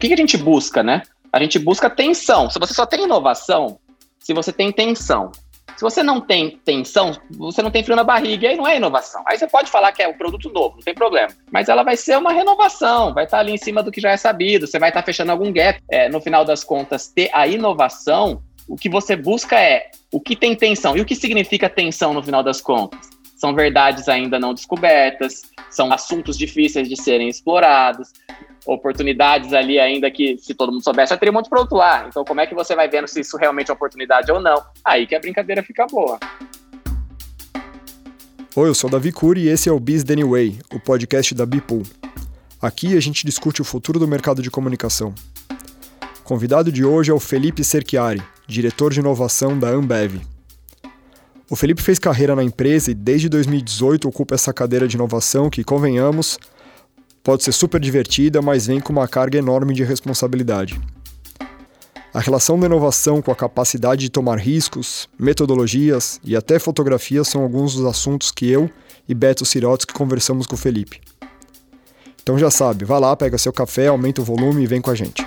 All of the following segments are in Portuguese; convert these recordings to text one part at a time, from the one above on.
que a gente busca, né? A gente busca tensão. Se você só tem inovação, se você tem tensão. Se você não tem tensão, você não tem frio na barriga, e aí não é inovação. Aí você pode falar que é um produto novo, não tem problema. Mas ela vai ser uma renovação, vai estar ali em cima do que já é sabido, você vai estar fechando algum gap. No final das contas, ter a inovação, o que você busca é o que tem tensão. E o que significa tensão no final das contas? São verdades ainda não descobertas, são assuntos difíceis de serem explorados, oportunidades ali ainda que, se todo mundo soubesse, já teria um monte de produto lá. Então, como é que você vai vendo se isso realmente é oportunidade ou não? Aí que a brincadeira fica boa. Oi, eu sou o Davi Cury e esse é o Biz The New Way, o podcast da Bipool. Aqui a gente discute o futuro do mercado de comunicação. O convidado de hoje é o Felipe Cerchiari, diretor de inovação da Ambev. O Felipe fez carreira na empresa e desde 2018 ocupa essa cadeira de inovação que, convenhamos, pode ser super divertida, mas vem com uma carga enorme de responsabilidade. A relação da inovação com a capacidade de tomar riscos, metodologias e até fotografias são alguns dos assuntos que eu e Beto Sirotsky conversamos com o Felipe. Então já sabe, vai lá, pega seu café, aumenta o volume e vem com a gente.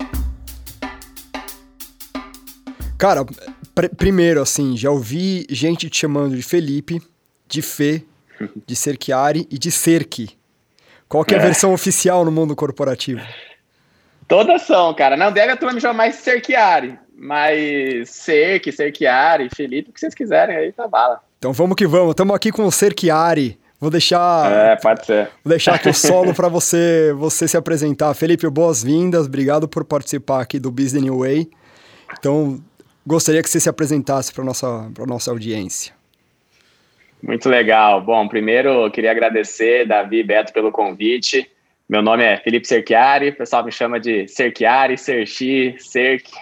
Cara, primeiro assim, já ouvi gente te chamando de Felipe, de Fê, de Cerchiari e de Cerchi. Qual que é a versão oficial no mundo corporativo? Todas são, cara. Não deve a turma me chamar mais Cerchiari, mas Cerchiari, Felipe, o que vocês quiserem aí, tá bala. Então vamos que vamos. Estamos aqui com o Cerchiari. Vou deixar... pode ser. Vou deixar aqui o solo para você se apresentar. Felipe, boas-vindas. Obrigado por participar aqui do Biz The New Way. Então, gostaria que você se apresentasse para nossa audiência. Muito legal. Bom, primeiro eu queria agradecer, Davi e Beto, pelo convite. Meu nome é Felipe Cerchiari, o pessoal me chama de Cerchiari, Cerchi, Cerchi.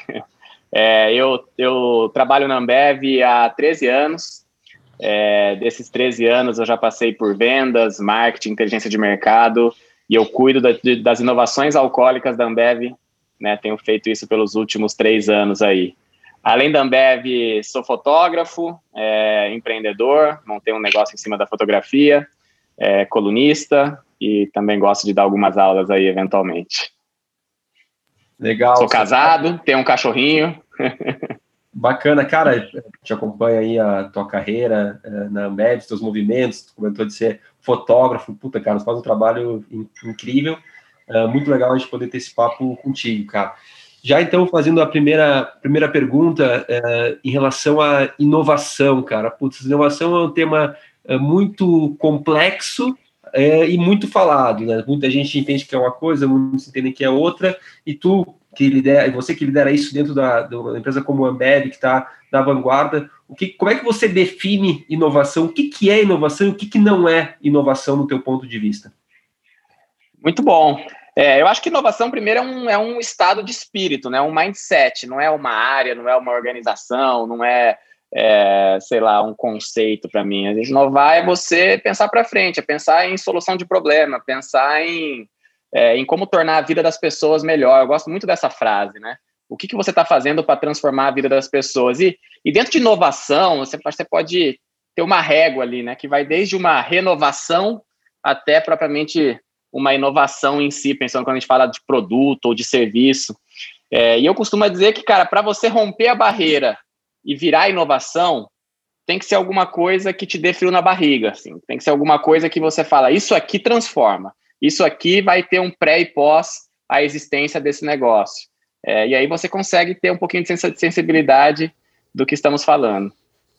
Eu trabalho na Ambev há 13 anos. Desses 13 anos eu já passei por vendas, marketing, inteligência de mercado, e eu cuido das inovações alcoólicas da Ambev, né? Tenho feito isso pelos últimos 3 anos aí. Além da Ambev, sou fotógrafo, empreendedor, montei um negócio em cima da fotografia, colunista e também gosto de dar algumas aulas aí, eventualmente. Legal. Sou casado, tenho um cachorrinho. Bacana, cara, te acompanha aí a tua carreira na Ambev, teus movimentos, tu comentou de ser fotógrafo, puta, cara, você faz um trabalho incrível, muito legal a gente poder ter esse papo contigo, cara. Já então, fazendo a primeira pergunta em relação à inovação, cara. Putz, inovação é um tema muito complexo e muito falado, né? Muita gente entende que é uma coisa, muitos entendem que é outra, e você que lidera isso dentro da empresa como a Ambev, que está na vanguarda, como é que você define inovação? O que é inovação e o que não é inovação no teu ponto de vista? Muito bom. Eu acho que inovação, primeiro, é um estado de espírito, né? Um mindset, não é uma área, não é uma organização, não é, sei lá, um conceito para mim. A gente inovar é você pensar para frente, é pensar em solução de problema, pensar em como tornar a vida das pessoas melhor. Eu gosto muito dessa frase, né? O que você está fazendo para transformar a vida das pessoas? E dentro de inovação, você pode ter uma régua ali, né? Que vai desde uma renovação até propriamente uma inovação em si, pensando quando a gente fala de produto ou de serviço. E eu costumo dizer que, cara, para você romper a barreira e virar inovação, tem que ser alguma coisa que te dê frio na barriga, assim. Tem que ser alguma coisa que você fala, isso aqui transforma, isso aqui vai ter um pré e pós a existência desse negócio. E aí você consegue ter um pouquinho de sensibilidade do que estamos falando.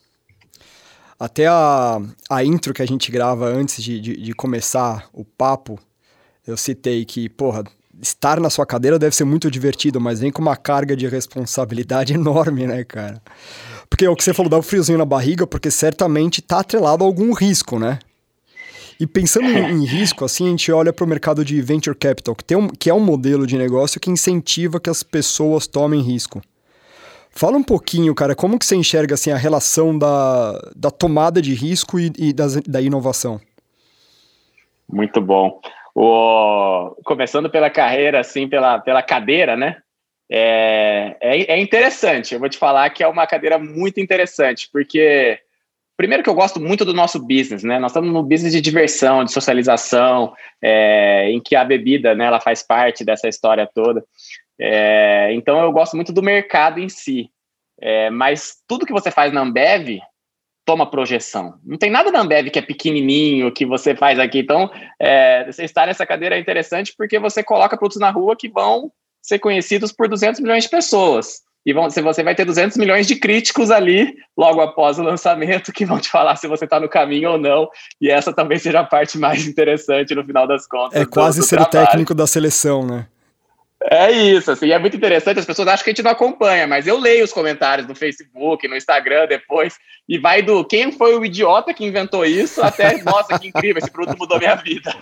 Até a intro que a gente grava antes de começar o papo, eu citei que, estar na sua cadeira deve ser muito divertido, mas vem com uma carga de responsabilidade enorme, né, cara? Porque o que você falou, dá um friozinho na barriga, porque certamente tá atrelado a algum risco, né? E pensando em risco, assim, a gente olha para o mercado de venture capital, que é um modelo de negócio que incentiva que as pessoas tomem risco. Fala um pouquinho, cara, como que você enxerga assim, a relação da tomada de risco e da inovação? Muito bom. Começando pela carreira, assim, pela cadeira, né? É interessante. Eu vou te falar que é uma cadeira muito interessante, porque Primeiro que eu gosto muito do nosso business, né? Nós estamos no business de diversão, de socialização, em que a bebida, né, ela faz parte dessa história toda. Então eu gosto muito do mercado em si. Mas tudo que você faz na Ambev toma projeção. Não tem nada na Ambev que é pequenininho, que você faz aqui. Então, você estar nessa cadeira é interessante porque você coloca produtos na rua que vão ser conhecidos por 200 milhões de pessoas. E você vai ter 200 milhões de críticos ali, logo após o lançamento, que vão te falar se você está no caminho ou não. E essa talvez seja a parte mais interessante no final das contas. É quase ser trabalho. O técnico da seleção, né? É isso, assim, é muito interessante, as pessoas acham que a gente não acompanha, mas eu leio os comentários no Facebook, no Instagram depois, e vai do quem foi o idiota que inventou isso até, nossa, que incrível, esse produto mudou minha vida.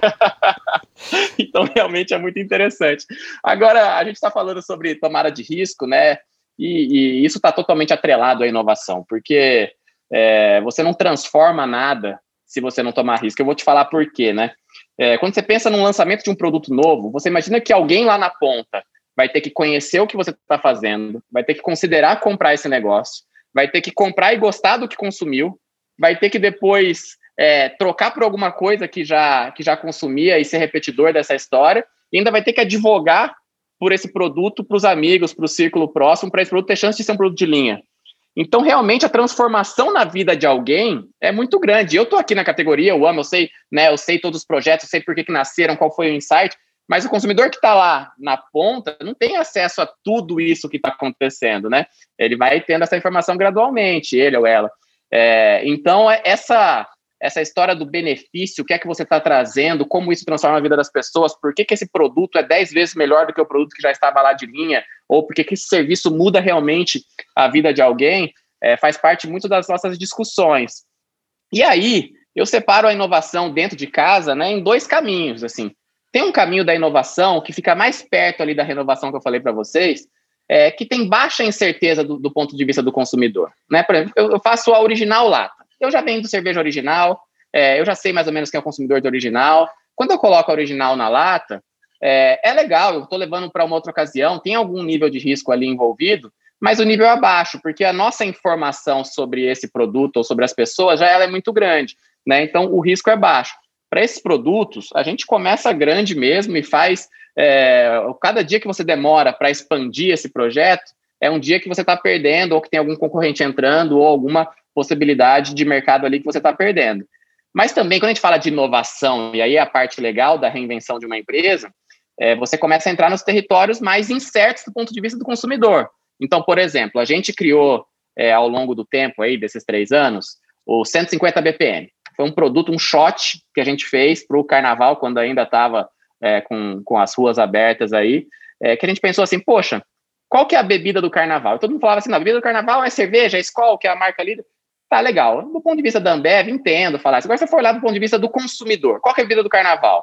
Então, realmente é muito interessante. Agora, a gente está falando sobre tomada de risco, né, e isso está totalmente atrelado à inovação, porque você não transforma nada se você não tomar risco. Eu vou te falar por quê, né? Quando você pensa num lançamento de um produto novo, você imagina que alguém lá na ponta vai ter que conhecer o que você está fazendo, vai ter que considerar comprar esse negócio, vai ter que comprar e gostar do que consumiu, vai ter que depois trocar por alguma coisa que já consumia e ser repetidor dessa história, e ainda vai ter que advogar por esse produto para os amigos, para o círculo próximo, para esse produto ter chance de ser um produto de linha. Então, realmente, a transformação na vida de alguém é muito grande. Eu estou aqui na categoria, eu amo, eu sei, né, eu sei todos os projetos, eu sei por que nasceram, qual foi o insight, mas o consumidor que está lá na ponta não tem acesso a tudo isso que está acontecendo, né? Ele vai tendo essa informação gradualmente, ele ou ela. Então, essa história do benefício, o que é que você está trazendo, como isso transforma a vida das pessoas, por que esse produto é 10 vezes melhor do que o produto que já estava lá de linha, ou por que esse serviço muda realmente a vida de alguém, faz parte muito das nossas discussões. E aí, eu separo a inovação dentro de casa, né, em 2 caminhos, assim. Tem um caminho da inovação que fica mais perto ali da renovação que eu falei para vocês, que tem baixa incerteza do ponto de vista do consumidor, né? Por exemplo, eu faço a original lata. Eu já vendo cerveja original, eu já sei mais ou menos quem é o consumidor de original. Quando eu coloco a original na lata, é legal, eu estou levando para uma outra ocasião, tem algum nível de risco ali envolvido, mas o nível é abaixo, porque a nossa informação sobre esse produto ou sobre as pessoas ela é muito grande, né? Então o risco é baixo. Para esses produtos, a gente começa grande mesmo e faz... cada dia que você demora para expandir esse projeto, é um dia que você está perdendo, ou que tem algum concorrente entrando, ou alguma possibilidade de mercado ali que você está perdendo. Mas também, quando a gente fala de inovação, e aí é a parte legal da reinvenção de uma empresa, você começa a entrar nos territórios mais incertos do ponto de vista do consumidor. Então, por exemplo, a gente criou, ao longo do tempo, aí, desses 3 anos, o 150 BPM. Foi um produto, um shot que a gente fez para o carnaval, quando ainda estava com as ruas abertas aí, que a gente pensou assim, poxa, qual que é a bebida do carnaval? E todo mundo falava assim, a bebida do carnaval é cerveja, é Skol, que é a marca líder. Tá, legal. Do ponto de vista da Ambev, entendo falar isso. Agora, se você for olhar do ponto de vista do consumidor, qual que é a bebida do carnaval?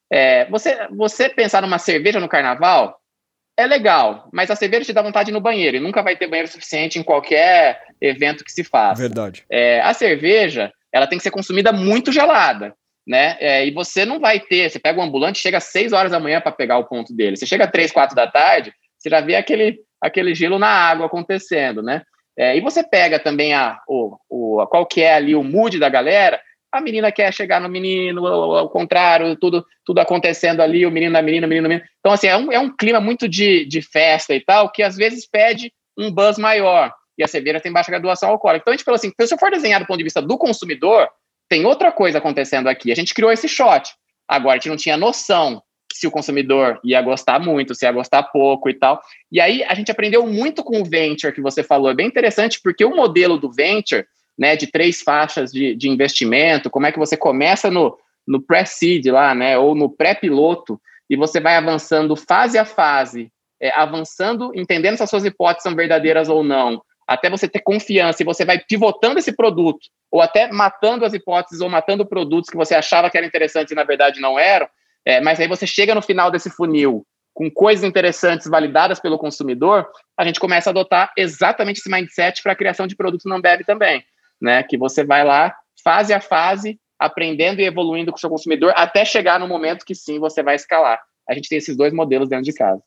Você pensar numa cerveja no carnaval é legal, mas a cerveja te dá vontade de ir no banheiro, e nunca vai ter banheiro suficiente em qualquer evento que se faça. Verdade. A cerveja, ela tem que ser consumida muito gelada, né? E você não vai ter, você pega um ambulante, chega às 6 horas da manhã para pegar o ponto dele. Você chega às 3, 4 da tarde, você já vê aquele gelo na água acontecendo, né? E você pega também qual que é ali o mood da galera, a menina quer chegar no menino, ao contrário, tudo acontecendo ali, o menino na menina, o menino na menina. Então, assim, é um clima muito de festa e tal, que às vezes pede um buzz maior, e a cerveja tem baixa graduação alcoólica. Então, a gente falou assim, se eu for desenhar do ponto de vista do consumidor, tem outra coisa acontecendo aqui. A gente criou esse shot. Agora, a gente não tinha noção se o consumidor ia gostar muito, se ia gostar pouco e tal. E aí, a gente aprendeu muito com o Venture, que você falou. É bem interessante, porque o modelo do Venture, né, de 3 faixas de investimento, como é que você começa no pré-seed lá, né, ou no pré-piloto, e você vai avançando fase a fase, avançando, entendendo se as suas hipóteses são verdadeiras ou não, até você ter confiança, e você vai pivotando esse produto, ou até matando as hipóteses, ou matando produtos que você achava que eram interessantes e na verdade não eram, mas aí você chega no final desse funil com coisas interessantes validadas pelo consumidor, a gente começa a adotar exatamente esse mindset para a criação de produtos não Ambev também, né? Que você vai lá, fase a fase, aprendendo e evoluindo com o seu consumidor, até chegar no momento que sim, você vai escalar. A gente tem esses 2 modelos dentro de casa.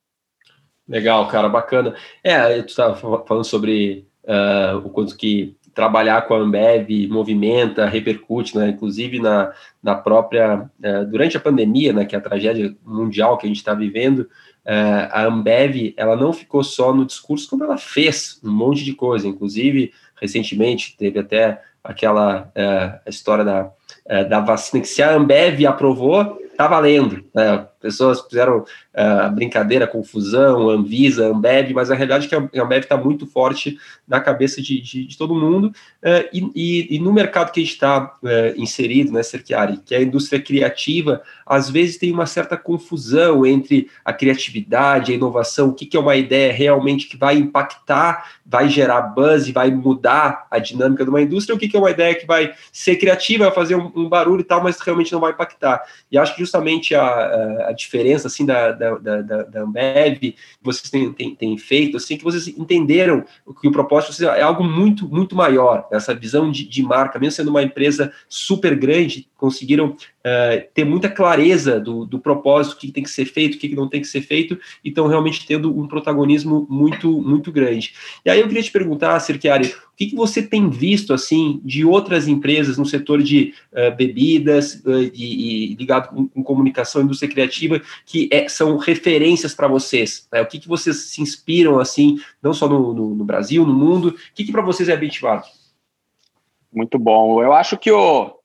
Legal, cara, bacana. Tu estava falando sobre o quanto que trabalhar com a Ambev movimenta, repercute, né? Inclusive na própria, durante a pandemia, né, que é a tragédia mundial que a gente está vivendo, a Ambev, ela não ficou só no discurso, como ela fez um monte de coisa, inclusive, recentemente, teve até aquela história da vacina, que se a Ambev aprovou, tá valendo, né? Pessoas fizeram a brincadeira, a confusão, Anvisa, Ambev, mas a realidade é que a Ambev está muito forte na cabeça de todo mundo, e no mercado que a gente está inserido, né, Serchiari, que é a indústria criativa, às vezes tem uma certa confusão entre a criatividade, a inovação, o que é uma ideia realmente que vai impactar, vai gerar buzz e vai mudar a dinâmica de uma indústria, o que é uma ideia que vai ser criativa, vai fazer um barulho e tal, mas realmente não vai impactar. E acho que justamente a diferença, assim, da Ambev, que vocês têm feito, assim, que vocês entenderam que o propósito é algo muito, muito maior, essa visão de marca, mesmo sendo uma empresa super grande, conseguiram ter muita clareza do propósito, o que tem que ser feito, o que não tem que ser feito, e estão realmente tendo um protagonismo muito, muito grande. E aí eu queria te perguntar, Serchiari, o que você tem visto, assim, de outras empresas no setor de bebidas e ligado com comunicação, indústria criativa, que são referências para vocês, né? O que vocês se inspiram, assim, não só no Brasil, no mundo, o que para vocês é benchmark? Muito bom. Eu acho que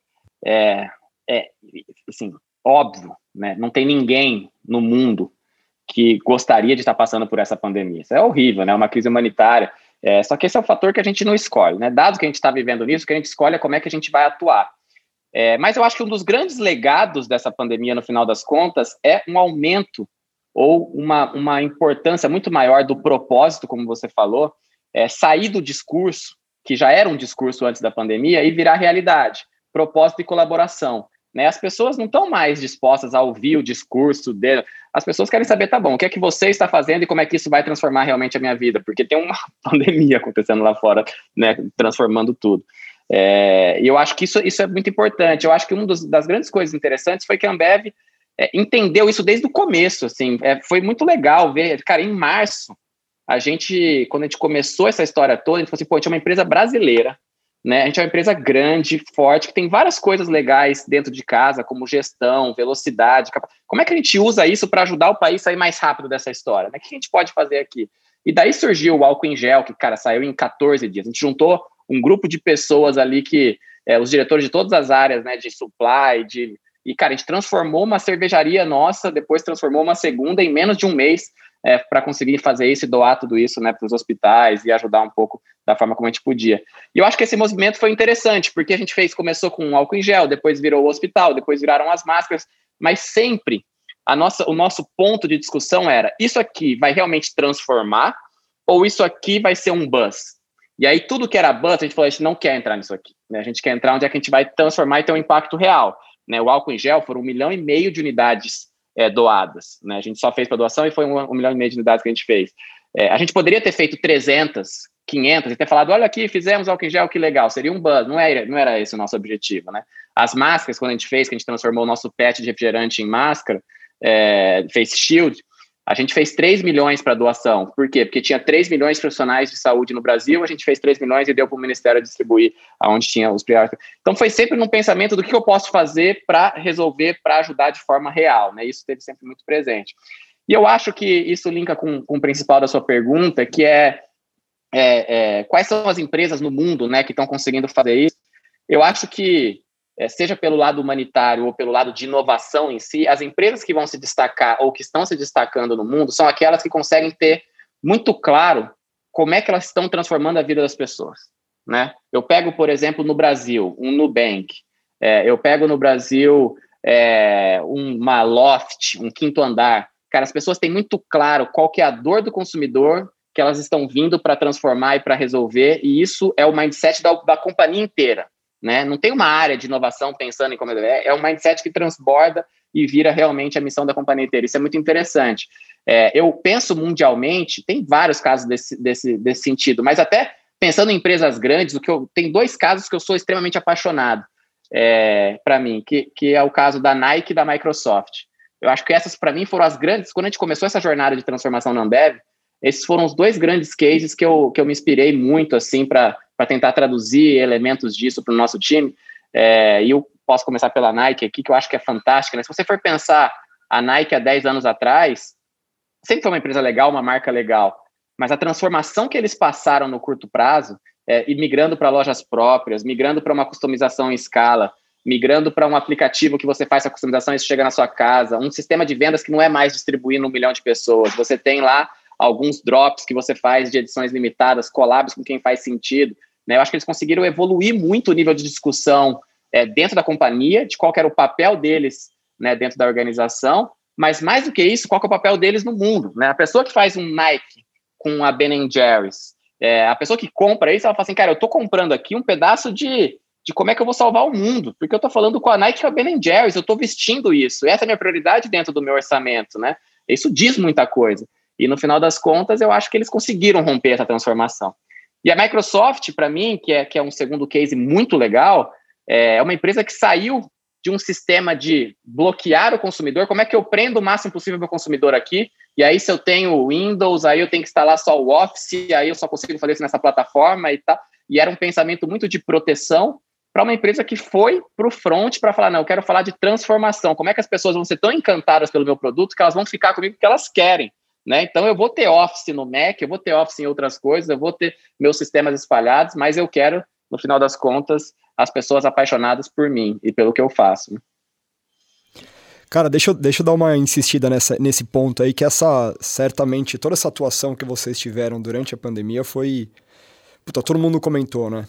assim, óbvio, né? Não tem ninguém no mundo que gostaria de estar passando por essa pandemia. Isso é horrível, né? Uma crise humanitária. Só que esse é o fator que a gente não escolhe, né? Dado que a gente está vivendo nisso, o que a gente escolhe é como é que a gente vai atuar. Mas eu acho que um dos grandes legados dessa pandemia, no final das contas, é um aumento ou uma importância muito maior do propósito, como você falou, sair do discurso, que já era um discurso antes da pandemia, e virar realidade, propósito e colaboração. Né? As pessoas não estão mais dispostas a ouvir o discurso dele. As pessoas querem saber, tá bom, o que é que você está fazendo e como é que isso vai transformar realmente a minha vida? Porque tem uma pandemia acontecendo lá fora, né, transformando tudo. E eu acho que isso é muito importante. Eu acho que uma das grandes coisas interessantes foi que a Ambev entendeu isso desde o começo. Assim, foi muito legal ver, cara, em março, quando a gente começou essa história toda, a gente falou assim, pô, a gente é uma empresa brasileira, né? A gente é uma empresa grande, forte, que tem várias coisas legais dentro de casa, como gestão, velocidade. Como é que a gente usa isso para ajudar o país a sair mais rápido dessa história? Né? O que a gente pode fazer aqui? E daí surgiu o álcool em gel, que, cara, saiu em 14 dias. A gente juntou um grupo de pessoas ali que, os diretores de todas as áreas, né, de supply, e, cara, a gente transformou uma cervejaria nossa, depois transformou uma segunda em menos de um mês, para conseguir fazer isso e doar tudo isso, né, para os hospitais e ajudar um pouco da forma como a gente podia. E eu acho que esse movimento foi interessante, porque a gente começou com um álcool em gel, depois virou o hospital, depois viraram as máscaras, mas sempre o nosso ponto de discussão era, isso aqui vai realmente transformar ou isso aqui vai ser um buzz? E aí tudo que era buzz, a gente falou, a gente não quer entrar nisso aqui, né? A gente quer entrar onde é que a gente vai transformar e ter um impacto real, né? O álcool em gel foram 1,5 milhão de unidades doadas, né? A gente só fez para doação e foi 1,5 milhão de unidades que a gente fez. A gente poderia ter feito 300, 500 e ter falado, olha aqui, fizemos álcool em gel, que legal, seria um buzz, não era esse o nosso objetivo, né? As máscaras, quando a gente fez, que a gente transformou o nosso PET de refrigerante em máscara, face shield, a gente fez 3 milhões para doação. Por quê? Porque tinha 3 milhões de profissionais de saúde no Brasil, a gente fez 3 milhões e deu para o Ministério distribuir aonde tinha os prioritários. Então, foi sempre num pensamento do que eu posso fazer para resolver, para ajudar de forma real, né? Isso esteve sempre muito presente. E eu acho que isso linka com o principal da sua pergunta, que quais são as empresas no mundo, né, que estão conseguindo fazer isso. Eu acho que, seja pelo lado humanitário ou pelo lado de inovação em si, as empresas que vão se destacar ou que estão se destacando no mundo são aquelas que conseguem ter muito claro como é que elas estão transformando a vida das pessoas, né? Eu pego, por exemplo, no Brasil, um Nubank. Eu pego no Brasil uma Loft, um quinto andar. Cara, as pessoas têm muito claro qual que é a dor do consumidor que elas estão vindo para transformar e para resolver, e isso é o mindset da companhia inteira, né? Não tem uma área de inovação pensando em como é um mindset que transborda e vira realmente a missão da companhia inteira. Isso é muito interessante. Eu penso mundialmente, tem vários casos desse sentido, mas até pensando em empresas grandes, tem 2 casos que eu sou extremamente apaixonado para mim, que é o caso da Nike e da Microsoft. Eu acho que essas, para mim, foram as grandes... Quando a gente começou essa jornada de transformação na Ambev, esses foram os 2 grandes cases que eu me inspirei muito, assim, para para tentar traduzir elementos disso para o nosso time. E eu posso começar pela Nike aqui, que eu acho que é fantástica, né? Se você for pensar a Nike há 10 anos atrás, sempre foi uma empresa legal, uma marca legal, mas a transformação que eles passaram no curto prazo, e migrando para lojas próprias, migrando para uma customização em escala, migrando para um aplicativo que você faz a customização e isso chega na sua casa, um sistema de vendas que não é mais distribuindo 1 milhão de pessoas, você tem lá alguns drops que você faz de edições limitadas, collabs com quem faz sentido, né? Eu acho que eles conseguiram evoluir muito o nível de discussão dentro da companhia, de qual que era o papel deles, né, dentro da organização, mas mais do que isso, qual que é o papel deles no mundo, né? A pessoa que faz um Nike com a Ben & Jerry's, a pessoa que compra isso, ela fala assim, cara, eu tô comprando aqui um pedaço de como é que eu vou salvar o mundo, porque eu tô falando com a Nike e com a Ben & Jerry's, eu tô vestindo isso, essa é a minha prioridade dentro do meu orçamento, né? Isso diz muita coisa. E no final das contas, eu acho que eles conseguiram romper essa transformação. E a Microsoft, para mim, que é um segundo case muito legal, é uma empresa que saiu de um sistema de bloquear o consumidor. Como é que eu prendo o máximo possível meu consumidor aqui? E aí, se eu tenho o Windows, aí eu tenho que instalar só o Office, aí eu só consigo fazer isso nessa plataforma e tal. E era um pensamento muito de proteção para uma empresa que foi para o front para falar, não, eu quero falar de transformação. Como é que as pessoas vão ser tão encantadas pelo meu produto que elas vão ficar comigo porque elas querem, né? Então, eu vou ter Office no Mac, eu vou ter Office em outras coisas, eu vou ter meus sistemas espalhados, mas eu quero, no final das contas, as pessoas apaixonadas por mim e pelo que eu faço. Cara, deixa eu dar uma insistida nesse ponto aí, que certamente, toda essa atuação que vocês tiveram durante a pandemia foi... Puta, todo mundo comentou, né?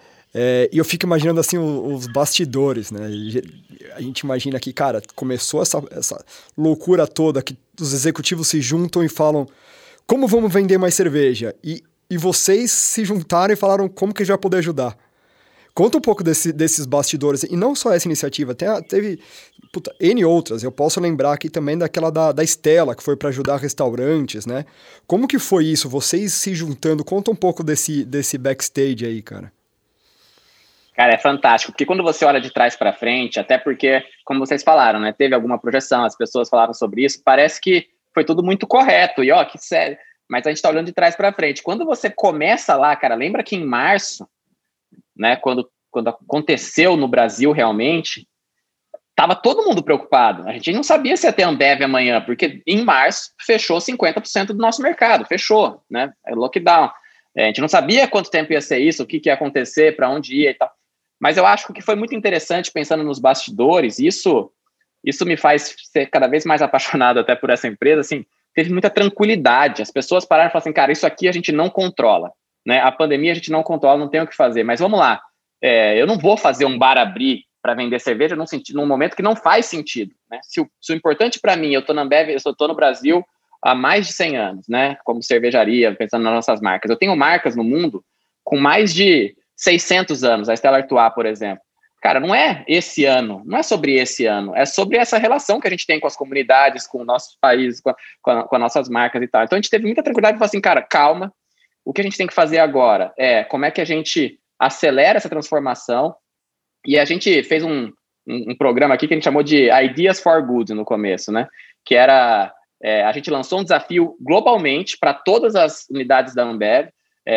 E eu fico imaginando, assim, os bastidores, né? A gente imagina que, cara, começou essa loucura toda, que os executivos se juntam e falam, como vamos vender mais cerveja? E vocês se juntaram e falaram, como que a gente vai poder ajudar? Conta um pouco desses bastidores, e não só essa iniciativa, teve N outras, eu posso lembrar aqui também daquela da Estela, que foi para ajudar restaurantes, né? Como que foi isso, vocês se juntando? Conta um pouco desse backstage aí, cara. Cara, é fantástico, porque quando você olha de trás para frente, até porque, como vocês falaram, né, teve alguma projeção, as pessoas falaram sobre isso, parece que foi tudo muito correto, e que sério, mas a gente tá olhando de trás para frente. Quando você começa lá, cara, lembra que em março, né, quando aconteceu no Brasil realmente, estava todo mundo preocupado. A gente não sabia se ia ter Ambev amanhã, porque em março fechou 50% do nosso mercado, fechou, né? É lockdown. A gente não sabia quanto tempo ia ser isso, o que ia acontecer, para onde ia e tal. Mas eu acho que foi muito interessante, pensando nos bastidores, isso me faz ser cada vez mais apaixonado até por essa empresa, assim, teve muita tranquilidade. As pessoas pararam e falaram assim, cara, isso aqui a gente não controla. Né? A pandemia a gente não controla, não tem o que fazer, mas vamos lá, eu não vou fazer um bar abrir para vender cerveja num momento que não faz sentido, né? Se o importante para mim, eu estou na Ambev, eu estou no Brasil há mais de 100 anos, né? Como cervejaria, pensando nas nossas marcas, eu tenho marcas no mundo com mais de 600 anos, a Stella Artois, por exemplo. Cara, não é esse ano, não é sobre esse ano, é sobre essa relação que a gente tem com as comunidades, com o nosso país, com as nossas marcas e tal. Então a gente teve muita tranquilidade de falar assim, cara, calma. O que a gente tem que fazer agora como é que a gente acelera essa transformação, e a gente fez um programa aqui que a gente chamou de Ideas for Good no começo, né? Que era, a gente lançou um desafio globalmente para todas as unidades da Ambev,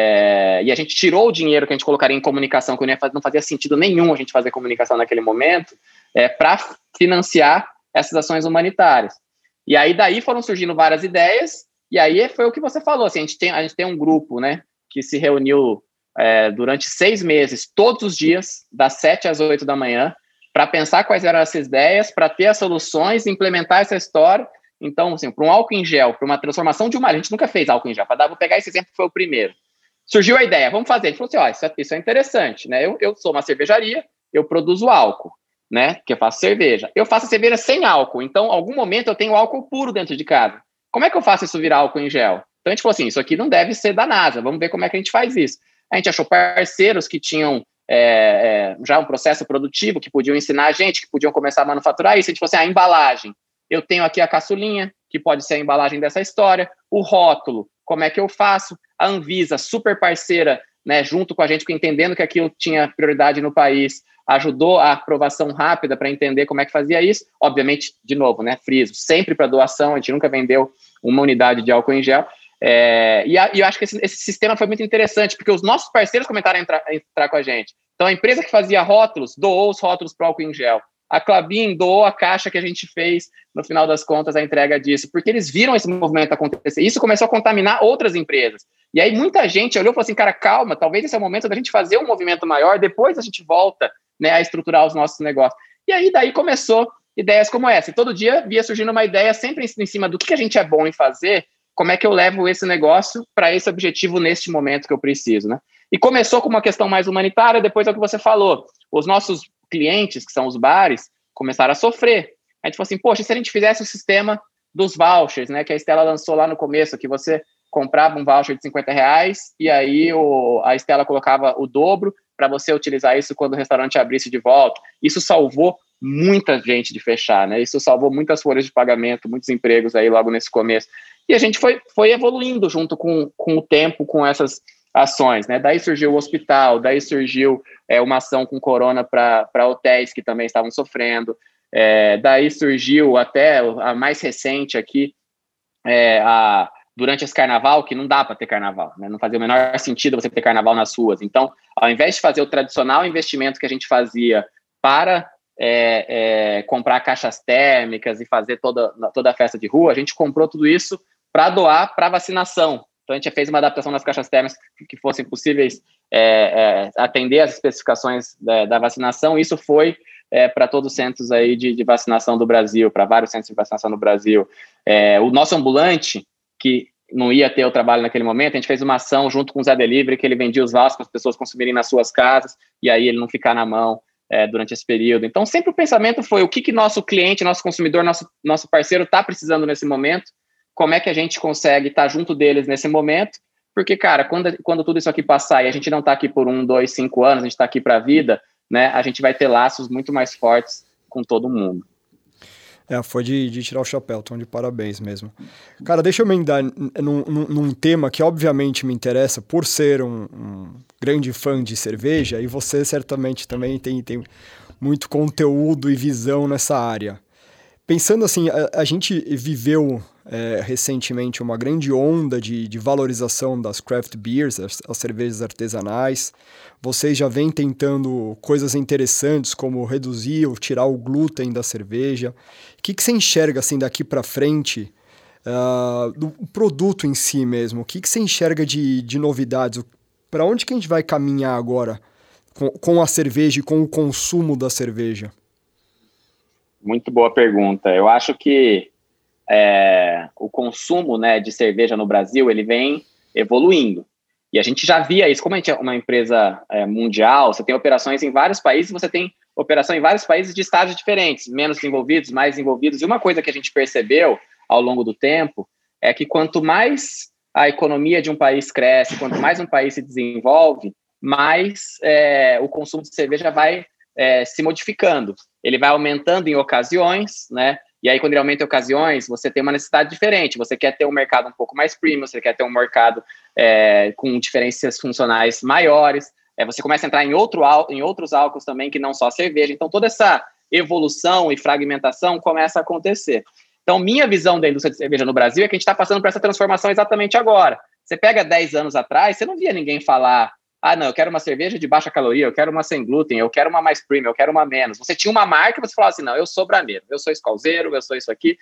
e a gente tirou o dinheiro que a gente colocaria em comunicação, que não fazia sentido nenhum a gente fazer comunicação naquele momento, para financiar essas ações humanitárias. E aí daí foram surgindo várias ideias. E aí foi o que você falou, assim, a gente tem um grupo, né, que se reuniu durante 6 meses, todos os dias, das 7 às 8 da manhã, para pensar quais eram essas ideias, para ter as soluções, implementar essa história. Então, assim, para um álcool em gel, para uma transformação de a gente nunca fez álcool em gel, vou pegar esse exemplo que foi o primeiro. Surgiu a ideia, vamos fazer. A gente falou assim, isso é interessante, né? Eu sou uma cervejaria, eu produzo álcool, né? Que eu faço cerveja. Eu faço cerveja sem álcool, então, em algum momento, eu tenho álcool puro dentro de casa. Como é que eu faço isso virar álcool em gel? Então, a gente falou assim, isso aqui não deve ser da NASA, vamos ver como é que a gente faz isso. A gente achou parceiros que tinham já um processo produtivo, que podiam ensinar a gente, que podiam começar a manufaturar isso. A gente falou assim, a embalagem. Eu tenho aqui a caçulinha, que pode ser a embalagem dessa história, o rótulo, como é que eu faço? A Anvisa, super parceira, né, junto com a gente, entendendo que aquilo tinha prioridade no país, ajudou a aprovação rápida para entender como é que fazia isso. Obviamente, de novo, né, friso, sempre para doação, a gente nunca vendeu uma unidade de álcool em gel. E eu acho que esse sistema foi muito interessante, porque os nossos parceiros começaram a entrar com a gente. Então, a empresa que fazia rótulos, doou os rótulos para o álcool em gel. A Klabin doou a caixa que a gente fez, no final das contas, a entrega disso, porque eles viram esse movimento acontecer. Isso começou a contaminar outras empresas. E aí muita gente olhou e falou assim, cara, calma, talvez esse é o momento da gente fazer um movimento maior, depois a gente volta, né, a estruturar os nossos negócios. E aí daí começou ideias como essa. E todo dia via surgindo uma ideia sempre em cima do que a gente é bom em fazer, como é que eu levo esse negócio para esse objetivo neste momento que eu preciso, né? E começou com uma questão mais humanitária, depois é o que você falou. Os nossos clientes, que são os bares, começaram a sofrer. A gente falou assim, poxa, se a gente fizesse o sistema dos vouchers, né, que a Stella lançou lá no começo, que você comprava um voucher de R$50 e aí a Stella colocava o dobro para você utilizar isso quando o restaurante abrisse de volta. Isso salvou muita gente de fechar, né? Isso salvou muitas folhas de pagamento, muitos empregos aí logo nesse começo. E a gente foi evoluindo junto com o tempo, com essas ações, né? Daí surgiu o hospital, daí surgiu uma ação com corona para hotéis que também estavam sofrendo, daí surgiu até a mais recente aqui, durante esse carnaval, que não dá para ter carnaval, né? Não fazia o menor sentido você ter carnaval nas ruas. Então, ao invés de fazer o tradicional investimento que a gente fazia para comprar caixas térmicas e fazer toda a festa de rua, a gente comprou tudo isso para doar para vacinação. Então, a gente fez uma adaptação nas caixas térmicas que fossem possíveis atender as especificações da vacinação. Isso foi para todos os centros aí de vacinação do Brasil, para vários centros de vacinação no Brasil. O nosso ambulante, que não ia ter o trabalho naquele momento, a gente fez uma ação junto com o Zé Delivery, que ele vendia os vouchers para as pessoas consumirem nas suas casas, e aí ele não ficar na mão durante esse período. Então, sempre o pensamento foi o que nosso cliente, nosso consumidor, nosso parceiro está precisando nesse momento, como é que a gente consegue estar junto deles nesse momento, porque, cara, quando tudo isso aqui passar e a gente não está aqui por 1, 2, 5 anos, a gente está aqui para a vida, né, a gente vai ter laços muito mais fortes com todo mundo. Foi de tirar o chapéu, então de parabéns mesmo. Cara, deixa eu emendar num tema que obviamente me interessa, por ser um grande fã de cerveja, e você certamente também tem muito conteúdo e visão nessa área. Pensando assim, a gente viveu recentemente uma grande onda de valorização das craft beers, as cervejas artesanais. Vocês já vêm tentando coisas interessantes como reduzir ou tirar o glúten da cerveja. O que você enxerga assim daqui para frente do produto em si mesmo? O que você enxerga de novidades? Para onde que a gente vai caminhar agora com a cerveja e com o consumo da cerveja? Muito boa pergunta. Eu acho que o consumo, né, de cerveja no Brasil, ele vem evoluindo. E a gente já via isso. Como a gente é uma empresa mundial, você tem operações em vários países, você tem operação em vários países de estágios diferentes, menos desenvolvidos, mais desenvolvidos. E uma coisa que a gente percebeu ao longo do tempo é que quanto mais a economia de um país cresce, quanto mais um país se desenvolve, mais o consumo de cerveja vai se modificando. Ele vai aumentando em ocasiões, né? E aí, quando ele aumenta em ocasiões, você tem uma necessidade diferente. Você quer ter um mercado um pouco mais premium, você quer ter um mercado com diferenças funcionais maiores. Você começa a entrar em outros álcools também, que não só cerveja. Então, toda essa evolução e fragmentação começa a acontecer. Então, minha visão da indústria de cerveja no Brasil é que a gente está passando por essa transformação exatamente agora. Você pega 10 anos atrás, você não via ninguém falar: não, eu quero uma cerveja de baixa caloria, eu quero uma sem glúten, eu quero uma mais premium, eu quero uma menos. Você tinha uma marca e você falava assim: não, eu sou brameiro, eu sou escalzeiro, eu sou isso aqui,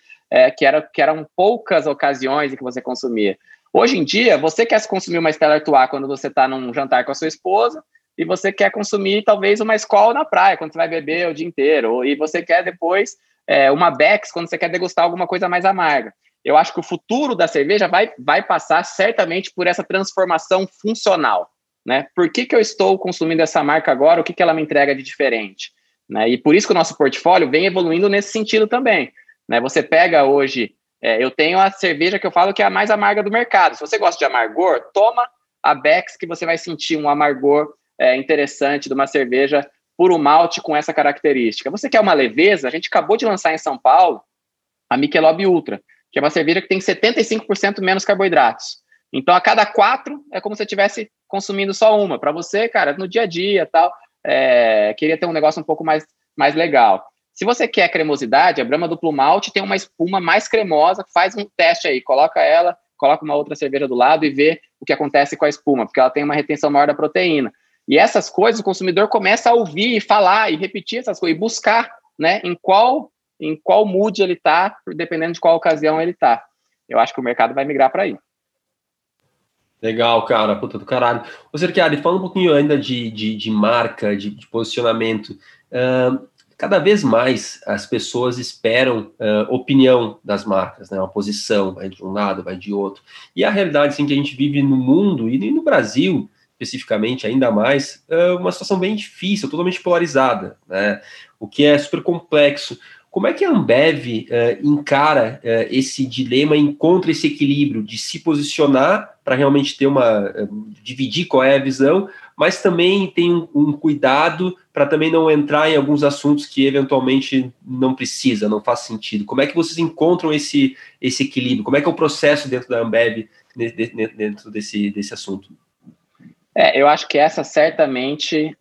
que eram poucas ocasiões em que você consumia. Hoje em dia, você quer consumir uma Stella Artois quando você está num jantar com a sua esposa, e você quer consumir talvez uma Skol na praia, quando você vai beber o dia inteiro, e você quer depois uma Beck's quando você quer degustar alguma coisa mais amarga. Eu acho que o futuro da cerveja vai passar certamente por essa transformação funcional. Né? Por que eu estou consumindo essa marca agora? O que ela me entrega de diferente? Né? E por isso que o nosso portfólio vem evoluindo nesse sentido também. Né? Você pega hoje, eu tenho a cerveja que eu falo que é a mais amarga do mercado. Se você gosta de amargor, toma a Beck's, que você vai sentir um amargor interessante de uma cerveja puro malte com essa característica. Você quer uma leveza? A gente acabou de lançar em São Paulo a Michelob Ultra, que é uma cerveja que tem 75% menos carboidratos. Então, a cada 4 é como se você estivesse consumindo só uma. Para você, cara, no dia a dia tal, queria ter um negócio um pouco mais legal. Se você quer cremosidade, a Brahma Duplo Malte tem uma espuma mais cremosa. Faz um teste aí, coloca ela coloca uma outra cerveja do lado e vê o que acontece com a espuma, porque ela tem uma retenção maior da proteína. E essas coisas o consumidor começa a ouvir e falar e repetir essas coisas e buscar, né, em qual mood ele está, dependendo de qual ocasião ele está. Eu acho que o mercado vai migrar para aí. Legal, cara, puta do caralho. Ô, Cerchiari, fala um pouquinho ainda de marca, de posicionamento. Cada vez mais as pessoas esperam opinião das marcas, né? Uma posição, vai de um lado, vai de outro. E a realidade, assim, que a gente vive no mundo e no Brasil, especificamente, ainda mais, uma situação bem difícil, totalmente polarizada, né? O que é super complexo. Como é que a Ambev encara esse dilema, encontra esse equilíbrio de se posicionar para realmente ter dividir qual é a visão, mas também tem um cuidado para também não entrar em alguns assuntos que eventualmente não precisa, não faz sentido. Como é que vocês encontram esse equilíbrio? Como é que é o processo dentro da Ambev dentro desse assunto? Eu acho que essa certamente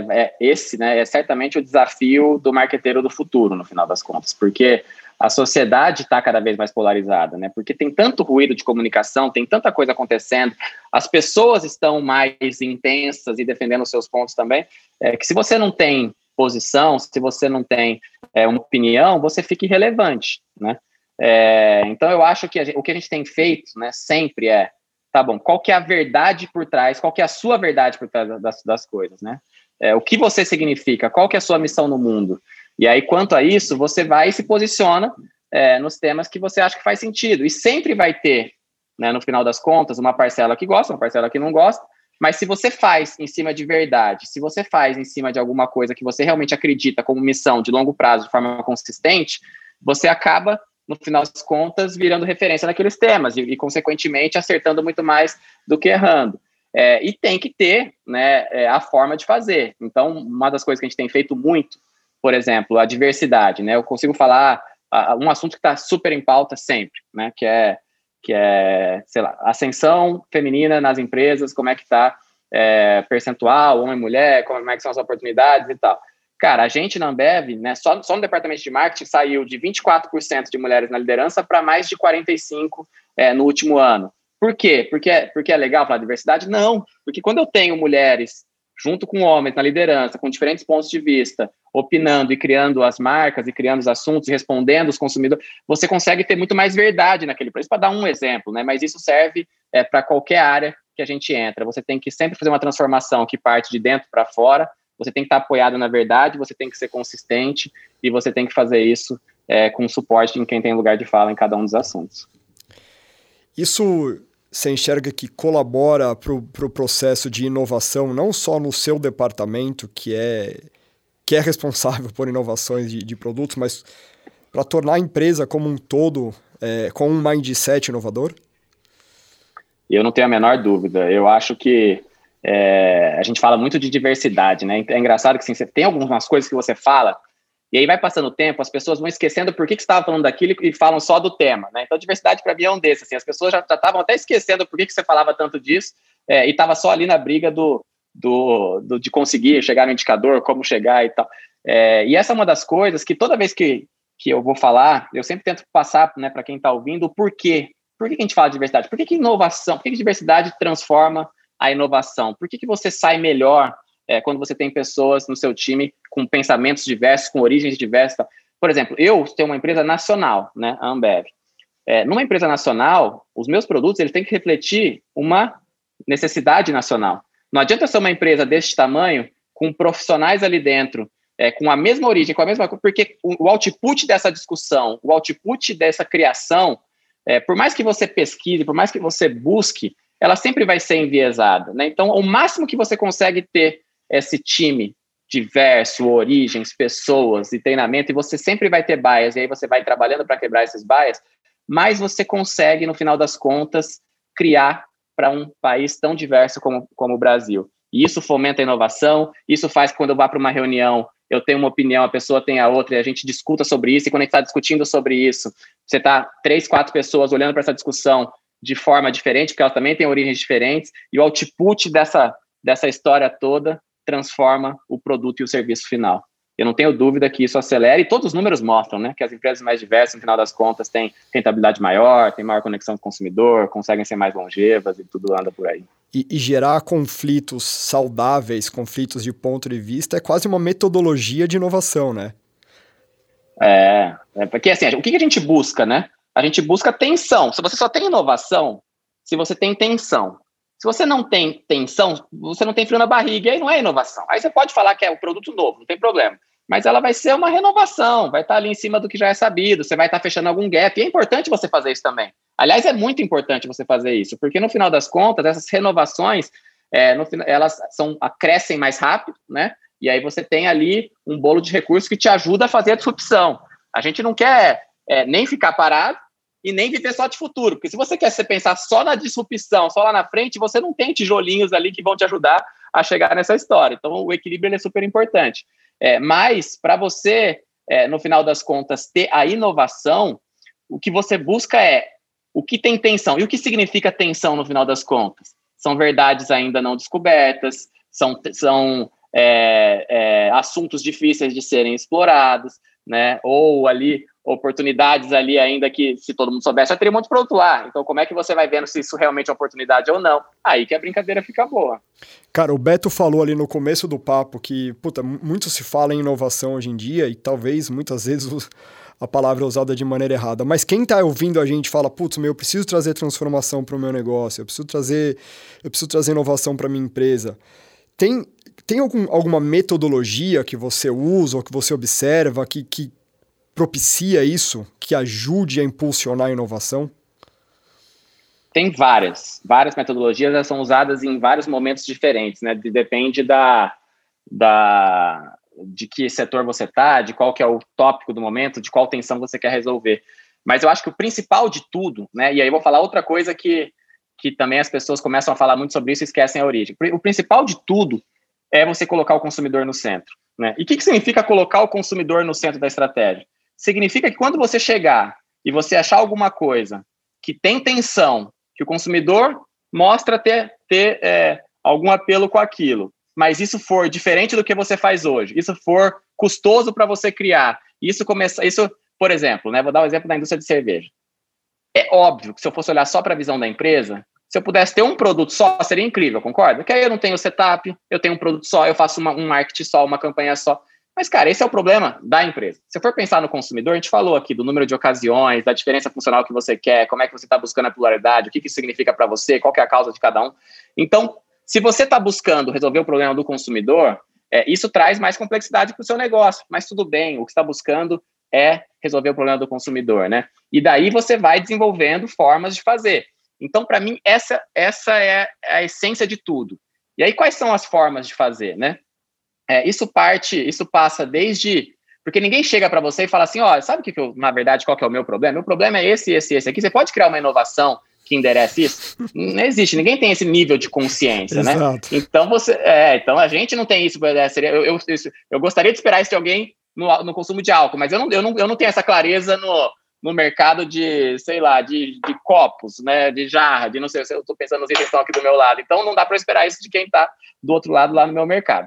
é certamente o desafio do marqueteiro do futuro, no final das contas, porque a sociedade está cada vez mais polarizada, né? Porque tem tanto ruído de comunicação, tem tanta coisa acontecendo, as pessoas estão mais intensas e defendendo os seus pontos também, que se você não tem posição, se você não tem uma opinião, você fica irrelevante, né? Então eu acho que o que a gente tem feito, né, sempre tá bom, qual que é a verdade por trás, qual que é a sua verdade por trás das coisas, né? O que você significa, qual que é a sua missão no mundo? E aí, quanto a isso, você vai e se posiciona nos temas que você acha que faz sentido. E sempre vai ter, né, no final das contas, uma parcela que gosta, uma parcela que não gosta, mas se você faz em cima de verdade, se você faz em cima de alguma coisa que você realmente acredita como missão de longo prazo, de forma consistente, você acaba, no final das contas, virando referência naqueles temas e consequentemente, acertando muito mais do que errando. E tem que ter, né, a forma de fazer. Então, uma das coisas que a gente tem feito muito, por exemplo, a diversidade, né? Eu consigo falar um assunto que está super em pauta sempre, né? Que é, sei lá, ascensão feminina nas empresas, como é que está percentual, homem e mulher, como é que são as oportunidades e tal. Cara, a gente na Ambev, né, só no departamento de marketing saiu de 24% de mulheres na liderança para mais de 45% no último ano. Por quê? Porque é legal falar de diversidade? Não, porque quando eu tenho mulheres junto com homens na liderança, com diferentes pontos de vista, opinando e criando as marcas e criando os assuntos e respondendo os consumidores, você consegue ter muito mais verdade naquele preço. Para dar um exemplo, né, mas isso serve para qualquer área que a gente entra. Você tem que sempre fazer uma transformação que parte de dentro para fora. Você tem que estar apoiado na verdade, você tem que ser consistente e você tem que fazer isso com suporte em quem tem lugar de fala em cada um dos assuntos. Isso você enxerga que colabora para o processo de inovação, não só no seu departamento, que é responsável por inovações de produtos, mas para tornar a empresa como um todo com um mindset inovador? Eu não tenho a menor dúvida. Eu acho que a gente fala muito de diversidade, né? É engraçado que assim, você tem algumas coisas que você fala e aí vai passando o tempo, as pessoas vão esquecendo por que você estava falando daquilo e falam só do tema, né? Então, diversidade para mim é um desses. Assim, as pessoas já estavam até esquecendo por que você falava tanto disso e estava só ali na briga de conseguir chegar no indicador, como chegar e tal. E essa é uma das coisas que toda vez que eu vou falar, eu sempre tento passar, né, para quem está ouvindo o porquê. Por que a gente fala de diversidade? Por que inovação? Por que diversidade transforma a inovação? Por que você sai melhor quando você tem pessoas no seu time com pensamentos diversos, com origens diversas? Tal? Por exemplo, eu tenho uma empresa nacional, né, a Ambev. Numa empresa nacional, os meus produtos eles têm que refletir uma necessidade nacional. Não adianta ser uma empresa desse tamanho, com profissionais ali dentro, com a mesma origem, com a mesma coisa, porque o output dessa discussão, o output dessa criação, por mais que você pesquise, por mais que você busque, ela sempre vai ser enviesada, né? Então, o máximo que você consegue ter esse time diverso, origens, pessoas e treinamento, e você sempre vai ter bias, e aí você vai trabalhando para quebrar esses bias, mas você consegue, no final das contas, criar para um país tão diverso como o Brasil. E isso fomenta a inovação, isso faz que quando eu vá para uma reunião, eu tenho uma opinião, a pessoa tem a outra, e a gente discuta sobre isso, e quando a gente está discutindo sobre isso, você está 3, 4 pessoas olhando para essa discussão de forma diferente, porque elas também têm origens diferentes, e o output dessa história toda transforma o produto e o serviço final. Eu não tenho dúvida que isso acelera, e todos os números mostram, né, que as empresas mais diversas, no final das contas, têm rentabilidade maior, têm maior conexão com o consumidor, conseguem ser mais longevas e tudo anda por aí. E gerar conflitos saudáveis, conflitos de ponto de vista, é quase uma metodologia de inovação, né? Porque assim, o que a gente busca, né? A gente busca tensão. Se você só tem inovação, se você tem tensão. Se você não tem tensão, você não tem frio na barriga, e aí não é inovação. Aí você pode falar que é um produto novo, não tem problema. Mas ela vai ser uma renovação, vai estar ali em cima do que já é sabido, você vai estar fechando algum gap, e é importante você fazer isso também. Aliás, é muito importante você fazer isso, porque no final das contas, essas renovações, elas crescem mais rápido, né? E aí você tem ali um bolo de recursos que te ajuda a fazer a disrupção. A gente não quer nem ficar parado e nem viver só de futuro, porque se você quer pensar só na disrupção, só lá na frente, você não tem tijolinhos ali que vão te ajudar a chegar nessa história. Então, o equilíbrio é super importante. Mas, para você, no final das contas, ter a inovação, o que você busca é o que tem tensão. E o que significa tensão, no final das contas? São verdades ainda não descobertas, são assuntos difíceis de serem explorados, né? Ou ali, oportunidades ali ainda que, se todo mundo soubesse, já teria um monte de produto lá. Então, como é que você vai vendo se isso realmente é uma oportunidade ou não? Aí que a brincadeira fica boa. Cara, o Beto falou ali no começo do papo que, muito se fala em inovação hoje em dia e talvez, muitas vezes, a palavra é usada de maneira errada. Mas quem tá ouvindo a gente fala, eu preciso trazer transformação para o meu negócio, eu preciso trazer inovação para minha empresa. Tem alguma metodologia que você usa ou que você observa que propicia isso, que ajude a impulsionar a inovação? Tem várias metodologias, elas são usadas em vários momentos diferentes, né? Depende de que setor você está, de qual que é o tópico do momento, de qual tensão você quer resolver. Mas eu acho que o principal de tudo, né? E aí eu vou falar outra coisa que também as pessoas começam a falar muito sobre isso e esquecem a origem. O principal de tudo é você colocar o consumidor no centro, né? E o que significa colocar o consumidor no centro da estratégia? Significa que quando você chegar e você achar alguma coisa que tem tensão, que o consumidor mostra ter algum apelo com aquilo, mas isso for diferente do que você faz hoje, isso for custoso para você criar, isso, por exemplo, né, vou dar um exemplo da indústria de cerveja. É óbvio que se eu fosse olhar só para a visão da empresa, se eu pudesse ter um produto só, seria incrível, concorda? Porque aí eu não tenho setup, eu tenho um produto só, eu faço um marketing só, uma campanha só. Mas, cara, esse é o problema da empresa. Se eu for pensar no consumidor, a gente falou aqui do número de ocasiões, da diferença funcional que você quer, como é que você está buscando a pluralidade, o que isso significa para você, qual que é a causa de cada um. Então, se você está buscando resolver o problema do consumidor, isso traz mais complexidade para o seu negócio. Mas tudo bem, o que você está buscando é resolver o problema do consumidor, né? E daí você vai desenvolvendo formas de fazer. Então, para mim, essa é a essência de tudo. E aí, quais são as formas de fazer, né? Isso passa desde... Porque ninguém chega para você e fala assim, sabe na verdade, qual que é o meu problema? Meu problema é esse aqui. Você pode criar uma inovação que enderece isso? Não existe, ninguém tem esse nível de consciência, né? Então, então a gente não tem isso. Eu gostaria de esperar isso de alguém no consumo de álcool, mas eu não tenho essa clareza no mercado de, sei lá, de copos, né, de jarra, de não sei, eu estou pensando nos itens que estão aqui do meu lado. Então, não dá para esperar isso de quem está do outro lado lá no meu mercado.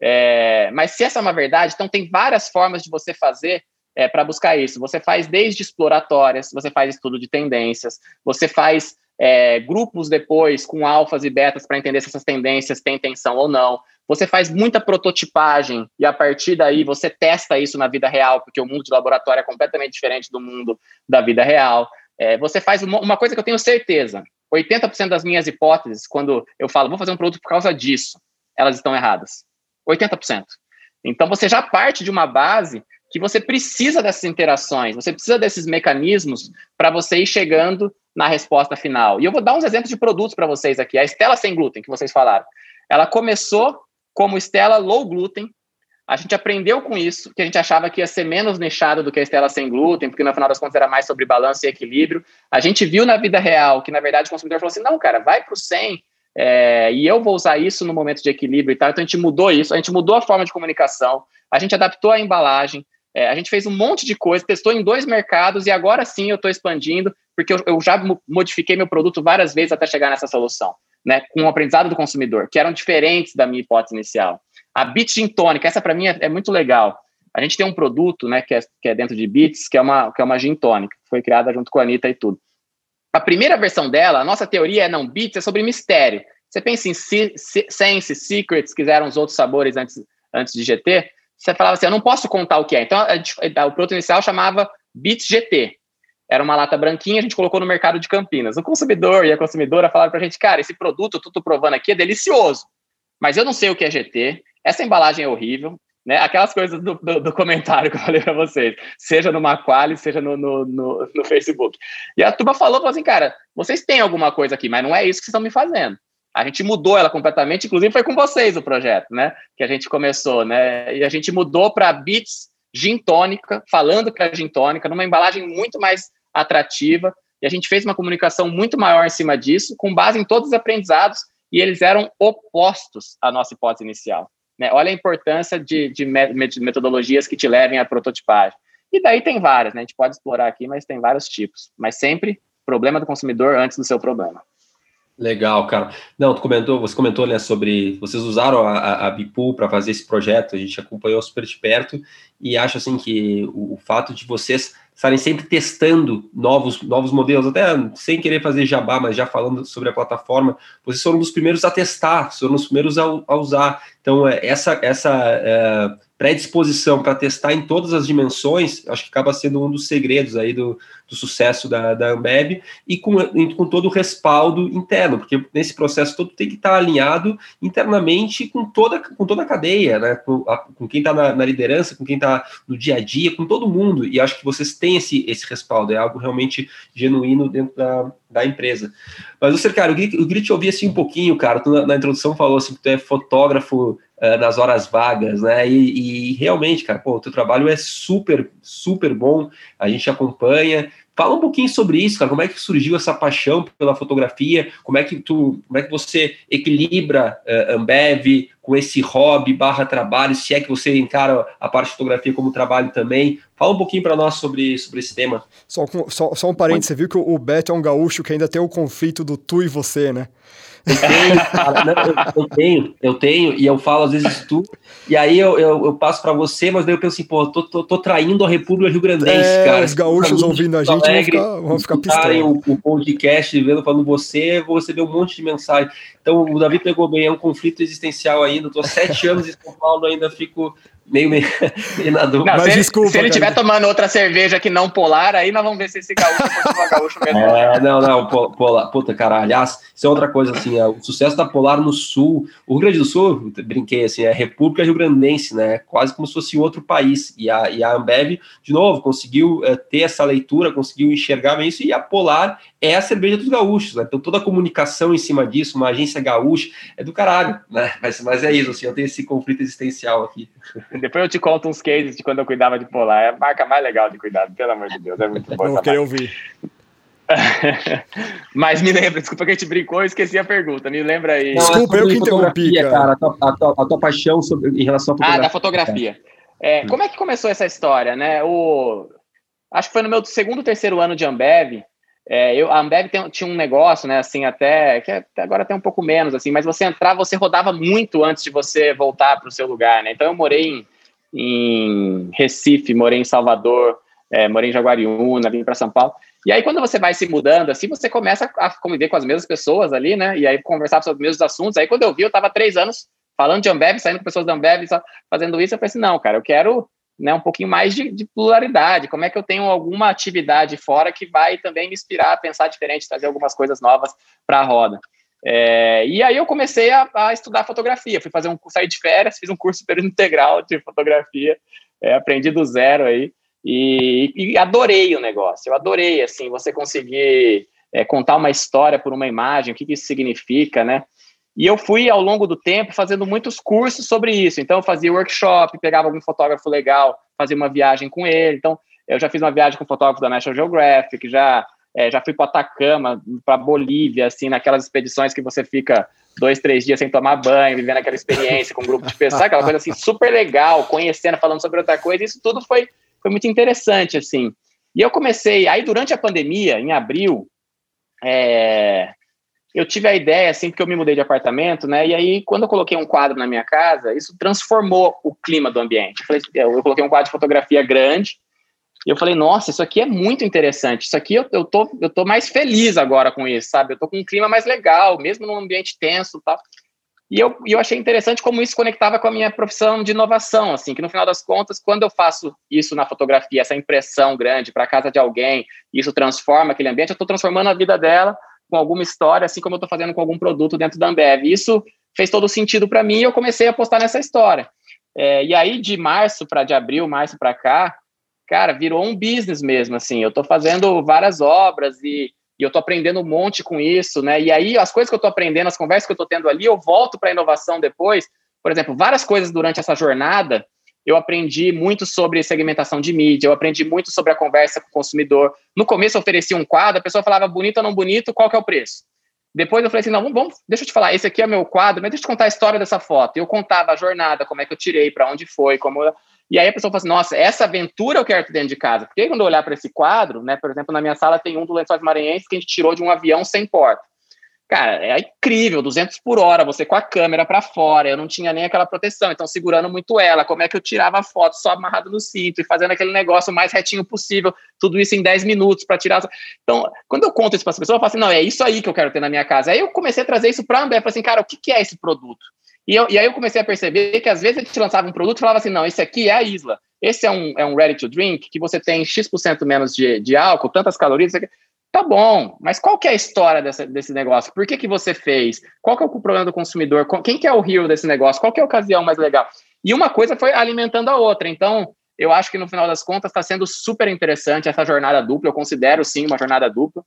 Mas se essa é uma verdade, então tem várias formas de você fazer para buscar isso. Você faz desde exploratórias, você faz estudo de tendências, você faz grupos depois com alfas e betas para entender se essas tendências têm tensão ou não. Você faz muita prototipagem e a partir daí você testa isso na vida real, porque o mundo de laboratório é completamente diferente do mundo da vida real. Você faz uma coisa que eu tenho certeza, 80% das minhas hipóteses, quando eu falo, vou fazer um produto por causa disso, elas estão erradas. 80%. Então, você já parte de uma base que você precisa dessas interações, você precisa desses mecanismos para você ir chegando na resposta final. E eu vou dar uns exemplos de produtos para vocês aqui. A Stella Sem Glúten, que vocês falaram. Ela começou como Stella Low Gluten. A gente aprendeu com isso, que a gente achava que ia ser menos nichado do que a Stella Sem Glúten, porque no final das contas era mais sobre balanço e equilíbrio. A gente viu na vida real que, na verdade, o consumidor falou assim, não, cara, vai para o 100, e eu vou usar isso no momento de equilíbrio e tal. Então, a gente mudou isso, a gente mudou a forma de comunicação, a gente adaptou a embalagem, a gente fez um monte de coisa, testou em 2 mercados e agora sim eu estou expandindo, porque eu já modifiquei meu produto várias vezes até chegar nessa solução, né, com o aprendizado do consumidor, que eram diferentes da minha hipótese inicial. A Beat Gin Tônica, essa para mim é muito legal. a gente tem um produto, né, que é dentro de Beats, que é uma gin tônica, que foi criada junto com a Anitta e tudo. A primeira versão dela, a nossa teoria Beats é sobre mistério. Você pensa em Sense, Secrets, que eram os outros sabores antes de GT, você falava assim, eu não posso contar o que é. Então, o produto inicial chamava Beats GT. Era uma lata branquinha, a gente colocou no mercado de Campinas. O consumidor e a consumidora falaram pra gente, cara, esse produto, eu tô provando aqui, é delicioso, mas eu não sei o que é GT, essa embalagem é horrível, né? Aquelas coisas do comentário que eu falei pra vocês, seja no Macquarie, seja no Facebook. E a turma falou assim, cara, vocês têm alguma coisa aqui, mas não é isso que vocês estão me fazendo. A gente mudou ela completamente, inclusive foi com vocês o projeto, né? Que a gente começou, né? E a gente mudou para Beats Gin Tônica, falando que é Gin Tônica, numa embalagem muito mais atrativa, e a gente fez uma comunicação muito maior em cima disso, com base em todos os aprendizados, e eles eram opostos à nossa hipótese inicial. Né? Olha a importância de metodologias que te levem à prototipagem. E daí tem várias, né? A gente pode explorar aqui, mas tem vários tipos. Mas sempre problema do consumidor antes do seu problema. Legal, cara. Não, você comentou, né, sobre vocês usaram a Bipool para fazer esse projeto, a gente acompanhou super de perto e acho assim que o fato de vocês estarem sempre testando novos modelos, até sem querer fazer jabá, mas já falando sobre a plataforma, vocês foram os primeiros a testar, foram os primeiros a usar. Então, essa predisposição para testar em todas as dimensões, acho que acaba sendo um dos segredos aí do sucesso da Ambev, e com todo o respaldo interno, porque nesse processo todo tem que estar alinhado internamente com toda a cadeia, né? Com quem está na liderança, com quem está no dia a dia, com todo mundo, e acho que vocês têm esse respaldo, é algo realmente genuíno dentro da empresa. Mas, cara, eu queria te ouvir assim um pouquinho, cara, tu na introdução falou assim que tu é fotógrafo nas horas vagas, né, e realmente, cara, pô, o teu trabalho é super, super bom, a gente acompanha. Fala um pouquinho sobre isso, cara, como é que surgiu essa paixão pela fotografia, como é que você equilibra Ambev com esse hobby / trabalho, se é que você encara a parte de fotografia como trabalho também. Fala um pouquinho para nós sobre esse tema. Só um parênteses, você viu que o Beto é um gaúcho que ainda tem o conflito do tu e você, né? Eu tenho, cara, não, eu tenho, e eu falo às vezes tu, e aí eu passo para você, mas daí eu penso assim, pô, tô traindo a República Rio-Grandense, cara. Os gaúchos ouvindo a gente vão ficar pistola. O podcast, falando você, vou receber um monte de mensagem. Então, o Davi pegou bem, é um conflito existencial ainda, tô há 7 anos em São Paulo, ainda fico meio na dúvida. Não, se ele estiver tomando outra cerveja que não Polar, aí nós vamos ver se esse gaúcho continua gaúcho mesmo. Polar, puta, cara, aliás, isso é outra coisa, assim, o sucesso da Polar no Sul, o Rio Grande do Sul, brinquei, assim, é República Rio-Grandense, né, quase como se fosse outro país, e a Ambev, de novo, conseguiu ter essa leitura, conseguiu enxergar bem isso, e a Polar é a cerveja dos gaúchos, né, então toda a comunicação em cima disso, uma agência gaúcha, é do caralho, né, mas é isso, assim, eu tenho esse conflito existencial aqui. Depois eu te conto uns cases de quando eu cuidava de Polar. É a marca mais legal de cuidar, pelo amor de Deus. É muito boa. Não queria ouvir. Mas me lembra, desculpa que a gente brincou, eu esqueci a pergunta. Me lembra aí. Desculpa, eu que interrompi, cara. A tua paixão em relação à fotografia. Da fotografia. Como é que começou essa história, né? Acho que foi no meu 2º, 3º ano de Ambev. A Ambev tinha um negócio, né, assim, até que agora tem um pouco menos, assim, mas você rodava muito antes de você voltar para o seu lugar, né? Então eu morei em Recife, morei em Salvador, morei em Jaguariúna, vim para São Paulo. E aí quando você vai se mudando, assim, você começa a conviver com as mesmas pessoas ali, né? E aí conversar sobre os mesmos assuntos. Aí quando eu vi, eu estava 3 anos falando de Ambev, saindo com pessoas da Ambev, fazendo isso, eu pensei, não, cara, eu quero, né, um pouquinho mais de pluralidade, como é que eu tenho alguma atividade fora que vai também me inspirar a pensar diferente, trazer algumas coisas novas para a roda. E aí eu comecei a estudar fotografia, saí de férias, fiz um curso super integral de fotografia, aprendi do zero aí, e adorei o negócio, eu adorei, assim, você conseguir contar uma história por uma imagem, o que isso significa, né? E eu fui, ao longo do tempo, fazendo muitos cursos sobre isso. Então, eu fazia workshop, pegava algum fotógrafo legal, fazia uma viagem com ele. Então, eu já fiz uma viagem com fotógrafo da National Geographic, já fui para Atacama, para Bolívia, assim, naquelas expedições que você fica 2, 3 dias sem tomar banho, vivendo aquela experiência com um grupo de pessoas, aquela coisa assim, super legal, conhecendo, falando sobre outra coisa. Isso tudo foi muito interessante, assim. E eu comecei, aí durante a pandemia, em abril, eu tive a ideia, assim, porque eu me mudei de apartamento, né? E aí, quando eu coloquei um quadro na minha casa, isso transformou o clima do ambiente. Eu coloquei um quadro de fotografia grande, e eu falei, nossa, isso aqui é muito interessante. Isso aqui eu tô mais feliz agora com isso, sabe? Eu tô com um clima mais legal, mesmo num ambiente tenso e tal. E eu achei interessante como isso conectava com a minha profissão de inovação, assim, que no final das contas, quando eu faço isso na fotografia, essa impressão grande para a casa de alguém, isso transforma aquele ambiente, eu estou transformando a vida dela com alguma história, assim como eu estou fazendo com algum produto dentro da Ambev. Isso fez todo sentido para mim e eu comecei a apostar nessa história. E aí, de abril, março para cá, cara, virou um business mesmo, assim, eu estou fazendo várias obras e eu estou aprendendo um monte com isso, né? E aí, as coisas que eu estou aprendendo, as conversas que eu estou tendo ali, eu volto para a inovação depois. Por exemplo, várias coisas durante essa jornada, eu aprendi muito sobre segmentação de mídia, eu aprendi muito sobre a conversa com o consumidor. No começo, eu oferecia um quadro, a pessoa falava bonito ou não bonito, qual que é o preço? Depois eu falei assim, não, deixa eu te falar, esse aqui é meu quadro, mas deixa eu te contar a história dessa foto. Eu contava a jornada, como é que eu tirei, para onde foi, E aí a pessoa fala assim, nossa, essa aventura eu quero ter dentro de casa. Porque aí, quando eu olhar para esse quadro, né, por exemplo, na minha sala tem um do Lençóis Maranhenses que a gente tirou de um avião sem porta. Cara, é incrível, 200 por hora, você com a câmera para fora, eu não tinha nem aquela proteção, então segurando muito ela, como é que eu tirava a foto só amarrado no cinto e fazendo aquele negócio o mais retinho possível, tudo isso em 10 minutos para tirar. Então, quando eu conto isso para as pessoas, eu falo assim, não, é isso aí que eu quero ter na minha casa. Aí eu comecei a trazer isso para a Ambev, falei assim, cara, o que é esse produto? E aí eu comecei a perceber que às vezes a gente lançava um produto e falava assim, não, esse aqui é a Isla, esse é um ready to drink, que você tem X% menos de álcool, tantas calorias, tá bom, mas qual que é a história desse negócio? Por que você fez? Qual que é o problema do consumidor? Quem que é o hero desse negócio? Qual que é a ocasião mais legal? E uma coisa foi alimentando a outra. Então, eu acho que no final das contas está sendo super interessante essa jornada dupla. Eu considero, sim, uma jornada dupla.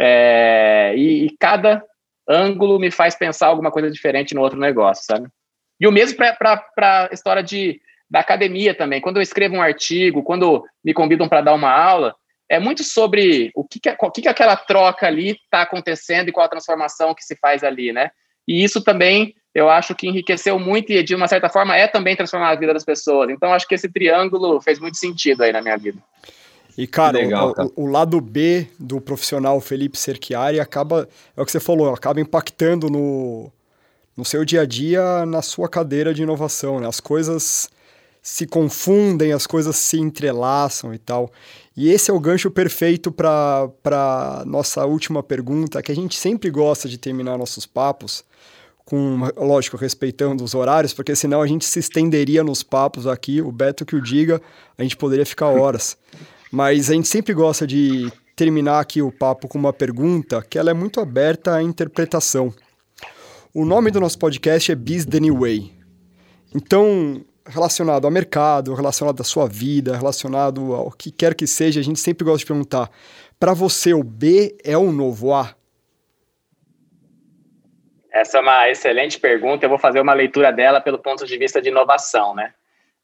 E cada ângulo me faz pensar alguma coisa diferente no outro negócio, sabe? E o mesmo para a história da academia também. Quando eu escrevo um artigo, quando me convidam para dar uma aula, é muito sobre o que aquela troca ali está acontecendo e qual a transformação que se faz ali, né? E isso também, eu acho que enriqueceu muito e, de uma certa forma, é também transformar a vida das pessoas. Então, acho que esse triângulo fez muito sentido aí na minha vida. E, cara, legal, o lado B do profissional Felipe Cerchiari acaba, é o que você falou, acaba impactando no seu dia a dia, na sua cadeira de inovação, né? As coisas se confundem, as coisas se entrelaçam e tal. E esse é o gancho perfeito para nossa última pergunta, que a gente sempre gosta de terminar nossos papos, lógico, respeitando os horários, porque senão a gente se estenderia nos papos aqui, o Beto que o diga, a gente poderia ficar horas. Mas a gente sempre gosta de terminar aqui o papo com uma pergunta que ela é muito aberta à interpretação. O nome do nosso podcast é Biz the New Way. Então, relacionado ao mercado, relacionado à sua vida, relacionado ao que quer que seja, a gente sempre gosta de perguntar, para você o B é o novo A? Essa é uma excelente pergunta, eu vou fazer uma leitura dela pelo ponto de vista de inovação, né?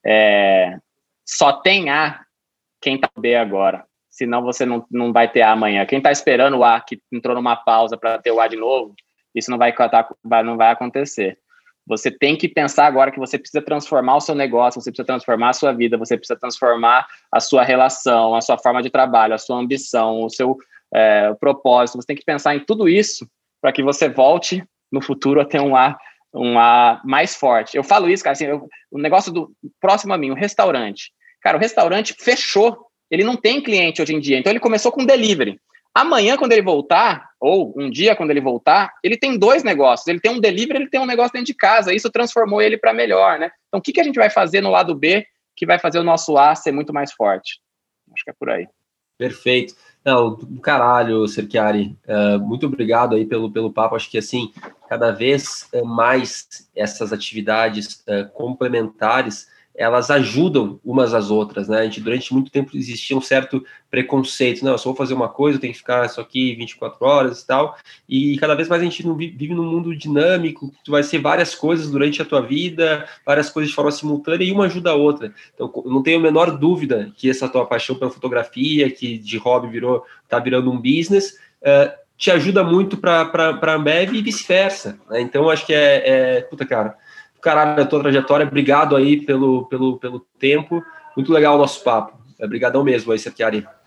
Só tem A quem está no B agora, senão você não vai ter A amanhã. Quem está esperando o A, que entrou numa pausa para ter o A de novo, isso não vai acontecer. Você tem que pensar agora que você precisa transformar o seu negócio, você precisa transformar a sua vida, você precisa transformar a sua relação, a sua forma de trabalho, a sua ambição, o seu propósito. Você tem que pensar em tudo isso para que você volte no futuro a ter um A mais forte. Eu falo isso, cara, assim, o negócio do próximo a mim, o restaurante. Cara, o restaurante fechou, ele não tem cliente hoje em dia, então ele começou com delivery. Amanhã, quando ele voltar, ou um dia, quando ele voltar, ele tem 2 negócios. Ele tem um delivery, ele tem um negócio dentro de casa. Isso transformou ele para melhor, né? Então, o que a gente vai fazer no lado B que vai fazer o nosso A ser muito mais forte? Acho que é por aí. Perfeito. Não, do caralho, Cerchiari. Muito obrigado aí pelo papo. Acho que, assim, cada vez mais essas atividades complementares, elas ajudam umas às outras, né? Durante muito tempo existia um certo preconceito, não, eu só vou fazer uma coisa, eu tenho que ficar só aqui 24 horas e tal, e cada vez mais a gente vive num mundo dinâmico, tu vai ser várias coisas durante a tua vida, várias coisas de forma simultânea, e uma ajuda a outra. Então, eu não tenho a menor dúvida que essa tua paixão pela fotografia, que de hobby tá virando um business, te ajuda muito para a Ambev e vice-versa, né? Então, acho que puta, cara, caralho, a tua trajetória, obrigado aí pelo tempo, muito legal o nosso papo, obrigadão mesmo aí, Cerchiari.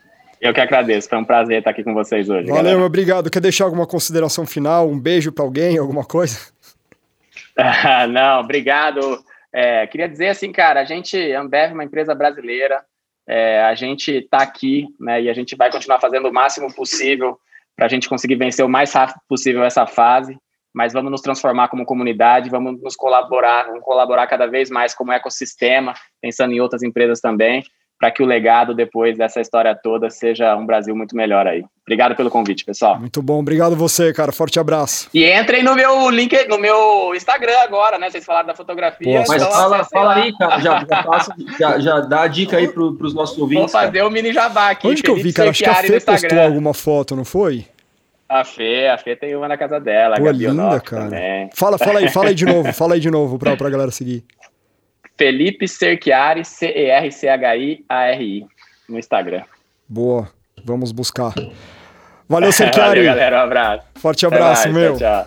Eu que agradeço, foi um prazer estar aqui com vocês hoje. Valeu, galera. Obrigado. Quer deixar alguma consideração final? Um beijo para alguém, alguma coisa? Não, obrigado. Queria dizer assim, cara, a Ambev é uma empresa brasileira, a gente está aqui, né, e a gente vai continuar fazendo o máximo possível para a gente conseguir vencer o mais rápido possível essa fase, mas vamos nos transformar como comunidade, vamos colaborar cada vez mais como ecossistema, pensando em outras empresas também, para que o legado depois dessa história toda seja um Brasil muito melhor aí. Obrigado pelo convite, pessoal. Muito bom, obrigado você, cara. Forte abraço. E entrem no meu link, no meu Instagram agora, né? Vocês falaram da fotografia. Pô, mas então, fala aí, cara. Já dá a dica aí para os nossos ouvintes. Vou fazer o mini jabá aqui. Onde que eu vi, cara? Acho que a Fê postou alguma foto, não foi? A Fê tem uma na casa dela. Pô, linda, cara. Também. Fala aí de novo pra galera seguir. Felipe Cerchiari, Cerchiari, no Instagram. Boa, vamos buscar. Valeu, Cerchiari. Valeu, galera, um abraço. Forte abraço, meu. Tchau.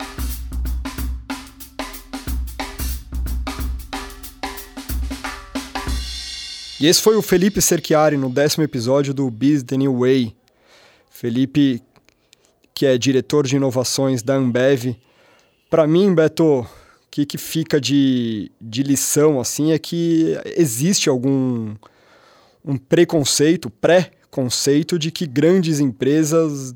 E esse foi o Felipe Cerchiari no 10º episódio do Biz The New Way. Felipe, que é diretor de inovações da Ambev. Para mim, Beto, o que fica de lição assim é que existe um pré-conceito de que grandes empresas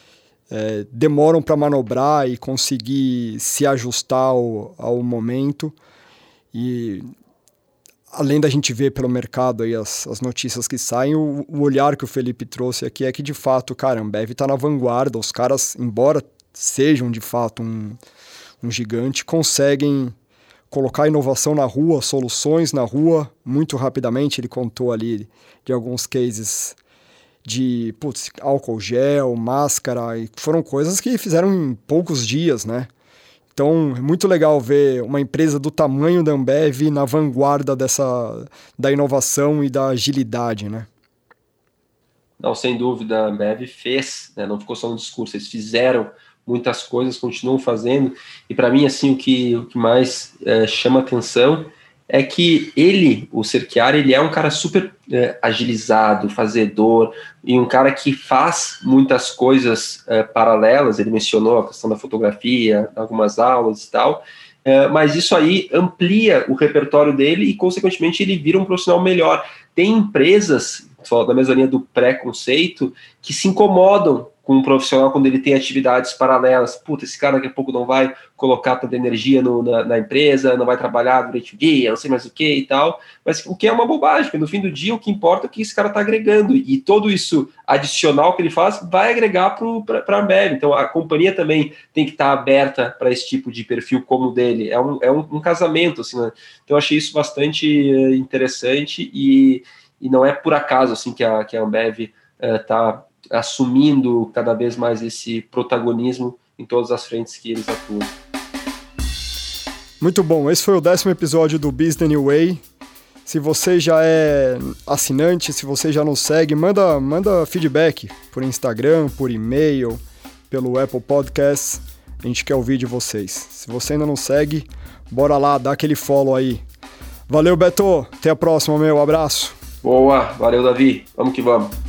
demoram para manobrar e conseguir se ajustar ao momento. E além da gente ver pelo mercado aí as notícias que saem, o olhar que o Felipe trouxe aqui é que, de fato, cara, a Ambev está na vanguarda. Os caras, embora sejam, de fato, um gigante, conseguem colocar inovação na rua, soluções na rua, muito rapidamente. Ele contou ali de alguns cases de álcool gel, máscara, e foram coisas que fizeram em poucos dias, né? Então, é muito legal ver uma empresa do tamanho da Ambev na vanguarda da inovação e da agilidade, né? Não, sem dúvida, a Ambev fez, né? Não ficou só no discurso, eles fizeram muitas coisas, continuam fazendo, e para mim, assim, o que mais chama atenção é que o Cerchiari, ele é um cara super agilizado, fazedor, e um cara que faz muitas coisas paralelas. Ele mencionou a questão da fotografia, algumas aulas e tal, mas isso aí amplia o repertório dele e, consequentemente, ele vira um profissional melhor. Tem empresas, da mesma linha do pré-conceito, que se incomodam com um profissional quando ele tem atividades paralelas. Puta, esse cara daqui a pouco não vai colocar tanta energia na empresa, não vai trabalhar durante o dia, não sei mais o que e tal, mas o que é uma bobagem, porque no fim do dia o que importa é o que esse cara está agregando, e todo isso adicional que ele faz vai agregar para a Ambev. Então a companhia também tem que estar aberta para esse tipo de perfil como o dele. É um casamento, assim, né? Então eu achei isso bastante interessante, e não é por acaso assim, que a Ambev está assumindo cada vez mais esse protagonismo em todas as frentes que eles atuam. Muito bom, esse foi o 10º episódio do Biz The New Way. Se você já é assinante, se você já nos segue, manda feedback por Instagram, por e-mail, pelo Apple Podcasts. A gente quer ouvir de vocês. Se você ainda não segue, bora lá, dá aquele follow aí. Valeu, Beto. Até a próxima, meu. Abraço. Boa, valeu, Davi. Vamos que vamos.